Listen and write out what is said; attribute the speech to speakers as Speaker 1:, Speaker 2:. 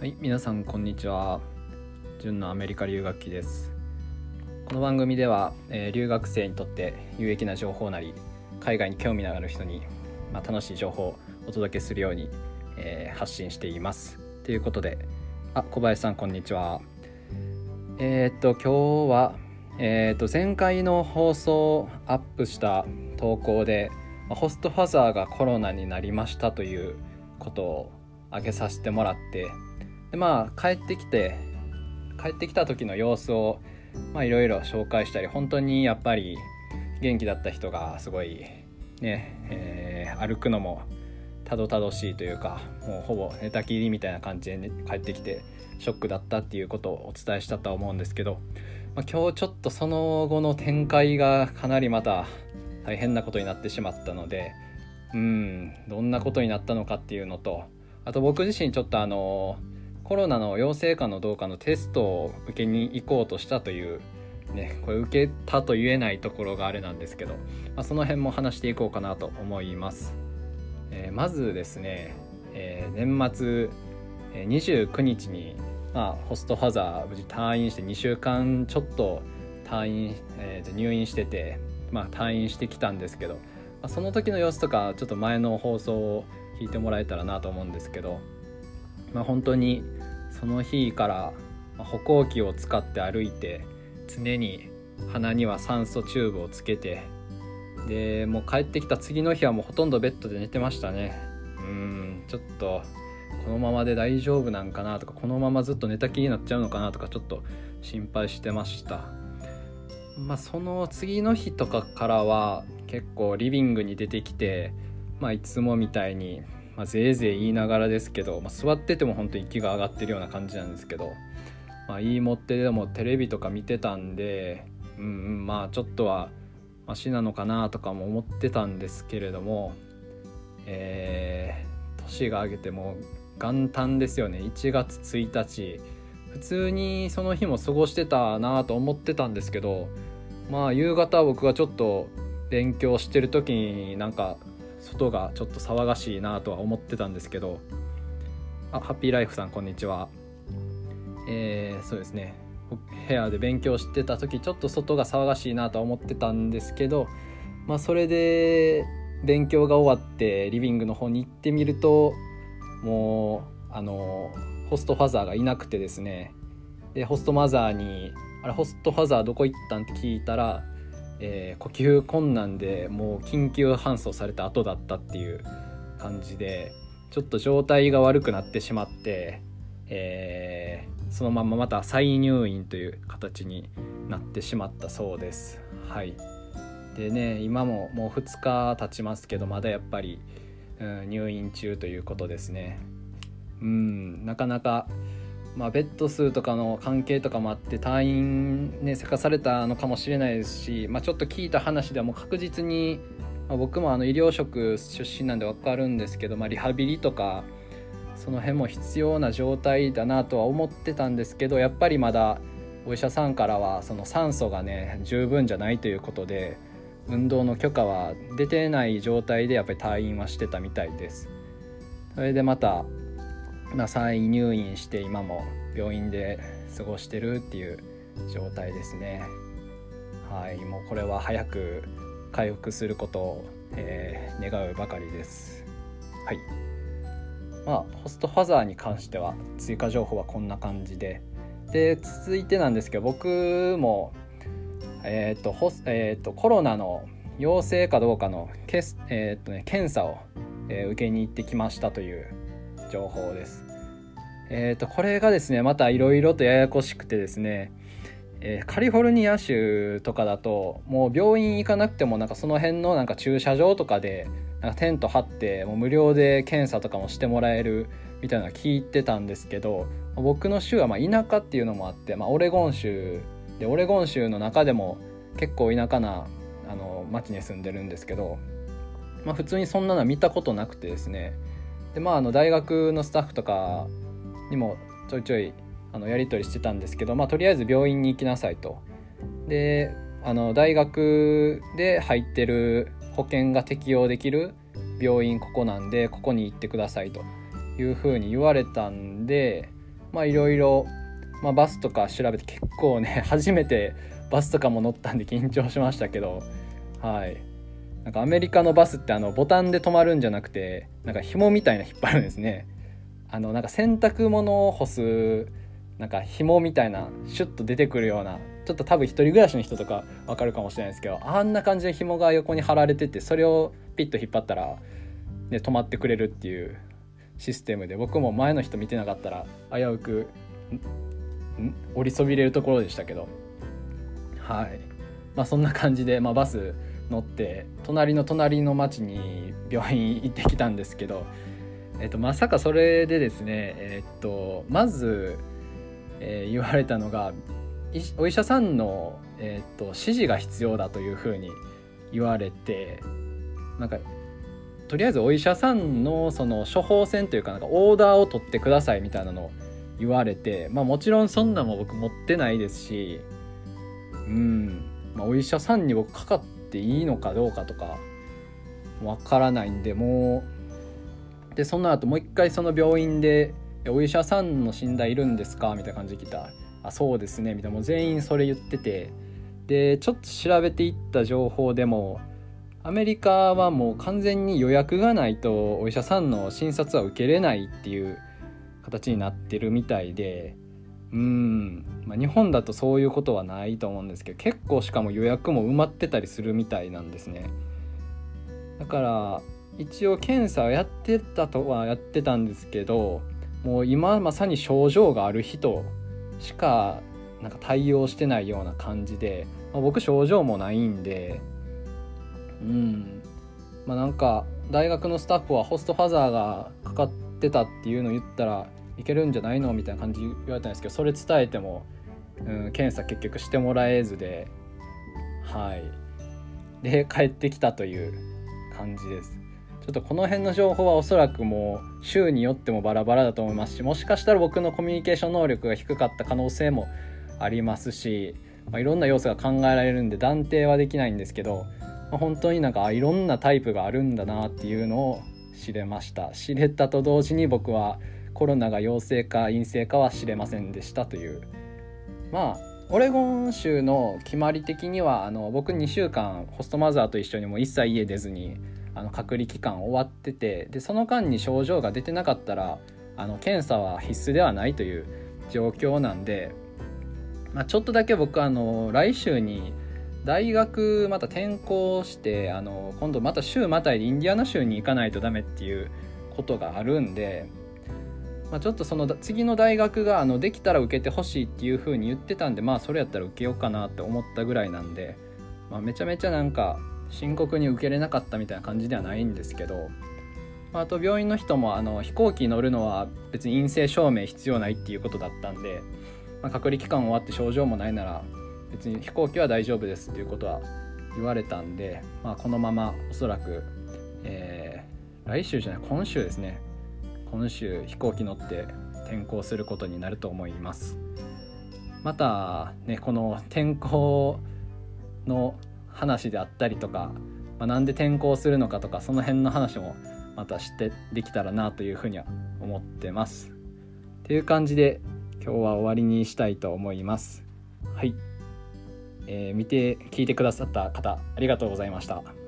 Speaker 1: はい、皆さんこんにちは。純のアメリカ留学期です。この番組では、留学生にとって有益な情報なり海外に興味のある人に、楽しい情報をお届けするように、発信しています。ということで、小林さんこんにちは。今日は、前回の放送アップした投稿で、ホストファザーがコロナになりましたということを挙げさせてもらって、で帰ってきた時の様子をいろいろ紹介したり、本当にやっぱり元気だった人がすごいね、歩くのもたどたどしいというか、もうほぼ寝たきりみたいな感じで、帰ってきてショックだったっていうことをお伝えしたとは思うんですけど、今日ちょっとその後の展開がかなりまた大変なことになってしまったので、どんなことになったのかっていうのと、あと僕自身ちょっとコロナの陽性かのどうかのテストを受けに行こうとしたというこれ受けたと言えないところがあれなんですけど、その辺も話していこうかなと思います。まずですね、年末29日に、ホストファザー無事退院して2週間ちょっと入院してて、退院してきたんですけど、その時の様子とかちょっと前の放送を聞いてもらえたらなと思うんですけど、本当にその日から歩行器を使って歩いて、常に鼻には酸素チューブをつけて、でもう帰ってきた次の日はもうほとんどベッドで寝てましたね。ちょっとこのままで大丈夫なんかなとか、このままずっと寝たきりになっちゃうのかなとか、ちょっと心配してました。その次の日とかからは結構リビングに出てきて、いつもみたいにぜいぜい言いながらですけど、座ってても本当に息が上がってるような感じなんですけど、言いもってでもテレビとか見てたんで、ちょっとはマシなのかなとかも思ってたんですけれども、年が明けても元旦ですよね。1月1日普通にその日も過ごしてたなと思ってたんですけど、夕方僕がちょっと勉強してる時に外がちょっと騒がしいなとは思ってたんですけど、ハッピーライフさんこんにちは。そうですね、部屋で勉強してた時ちょっと外が騒がしいなとは思ってたんですけど、それで勉強が終わってリビングの方に行ってみると、もうホストファザーがいなくてですね、でホストマザーにホストファザーどこ行ったんって聞いたら、呼吸困難でもう緊急搬送された後だったっていう感じで、ちょっと状態が悪くなってしまって、そのまままた再入院という形になってしまったそうです。はい。でね、今ももう2日経ちますけど、まだやっぱり、入院中ということですね。なかなかベッド数とかの関係とかもあって退院せかされたのかもしれないですし、ちょっと聞いた話ではもう確実に、僕も医療職出身なんで分かるんですけど、リハビリとかその辺も必要な状態だなとは思ってたんですけど、やっぱりまだお医者さんからはその酸素が十分じゃないということで、運動の許可は出てない状態でやっぱり退院はしてたみたいです。それでまた再入院して今も病院で過ごしてるっていう状態ですね。はい、もうこれは早く回復することを、願うばかりです。はい。ホストファザーに関しては追加情報はこんな感じで、続いてなんですけど、僕もコロナの陽性かどうかの検査を、受けに行ってきましたという情報です。これがですね、またいろいろとややこしくてですね、カリフォルニア州とかだともう病院行かなくてもその辺の駐車場とかでテント張ってもう無料で検査とかもしてもらえるみたいなの聞いてたんですけど、僕の州は田舎っていうのもあって、オレゴン州で、オレゴン州の中でも結構田舎な町に住んでるんですけど、普通にそんなのは見たことなくてですね、で大学のスタッフとかにもちょいちょいやり取りしてたんですけど、とりあえず病院に行きなさいと。で大学で入ってる保険が適用できる病院ここなんで、ここに行ってくださいというふうに言われたんで、 いろいろバスとか調べて、結構ね初めてバスとかも乗ったんで緊張しましたけど、なんかアメリカのバスってボタンで止まるんじゃなくて、なんか紐みたいな引っ張るんですね。なんか洗濯物を干すなんか紐みたいなシュッと出てくるような、ちょっと多分一人暮らしの人とか分かるかもしれないですけど、あんな感じで紐が横に張られてて、それをピッと引っ張ったら、ね、止まってくれるっていうシステムで、僕も前の人見てなかったら危うく降りそびれるところでしたけど、そんな感じで、バス乗って隣の町に病院行ってきたんですけど、まさかそれでですね、まず、言われたのが、お医者さんの、指示が必要だというふうに言われて、なんかとりあえずお医者さんのその処方箋というか、なんかオーダーを取ってくださいみたいなのを言われて、もちろんそんなも僕持ってないですし、お医者さんに僕かかっていいのかどうかとかわからないんで、でその後もう一回その病院でお医者さんの診断いるんですかみたいな感じで聞いたら、あ、そうですねみたいな、もう全員それ言ってて、でちょっと調べていった情報でも、アメリカはもう完全に予約がないとお医者さんの診察は受けれないっていう形になってるみたいで、日本だとそういうことはないと思うんですけど、結構しかも予約も埋まってたりするみたいなんですね。だから一応検査をやってたんですけど、もう今まさに症状がある人しかなんか対応してないような感じで、僕症状もないんで、なんか大学のスタッフはホストファザーがかかってたっていうのを言ったらいけるんじゃないのみたいな感じ言われたんですけど、それ伝えても、検査結局してもらえずで、で帰ってきたという感じです。ちょっとこの辺の情報はおそらくもう州によってもバラバラだと思いますし、もしかしたら僕のコミュニケーション能力が低かった可能性もありますし、いろんな要素が考えられるんで断定はできないんですけど、本当になんかいろんなタイプがあるんだなっていうのを知れたと同時に、僕はコロナが陽性か陰性かは知れませんでしたという。オレゴン州の決まり的には僕2週間ホストマザーと一緒にもう一切家出ずに隔離期間終わってて、でその間に症状が出てなかったら検査は必須ではないという状況なんで、ちょっとだけ僕来週に大学また転校して今度また週またいでインディアナ州に行かないとダメっていうことがあるんで、ちょっとその次の大学ができたら受けてほしいっていう風に言ってたんで、それやったら受けようかなって思ったぐらいなんで、めちゃめちゃなんか深刻に受けれなかったみたいな感じではないんですけど、あと病院の人も飛行機乗るのは別に陰性証明必要ないっていうことだったんで、隔離期間終わって症状もないなら別に飛行機は大丈夫ですっていうことは言われたんで、このままおそらく、今週ですね、今週飛行機乗って転校することになると思います。またね、この転校の話であったりとか、なんで転校するのかとか、その辺の話もまたしてできたらなというふうには思ってます。っていう感じで今日は終わりにしたいと思います。聞いてくださった方ありがとうございました。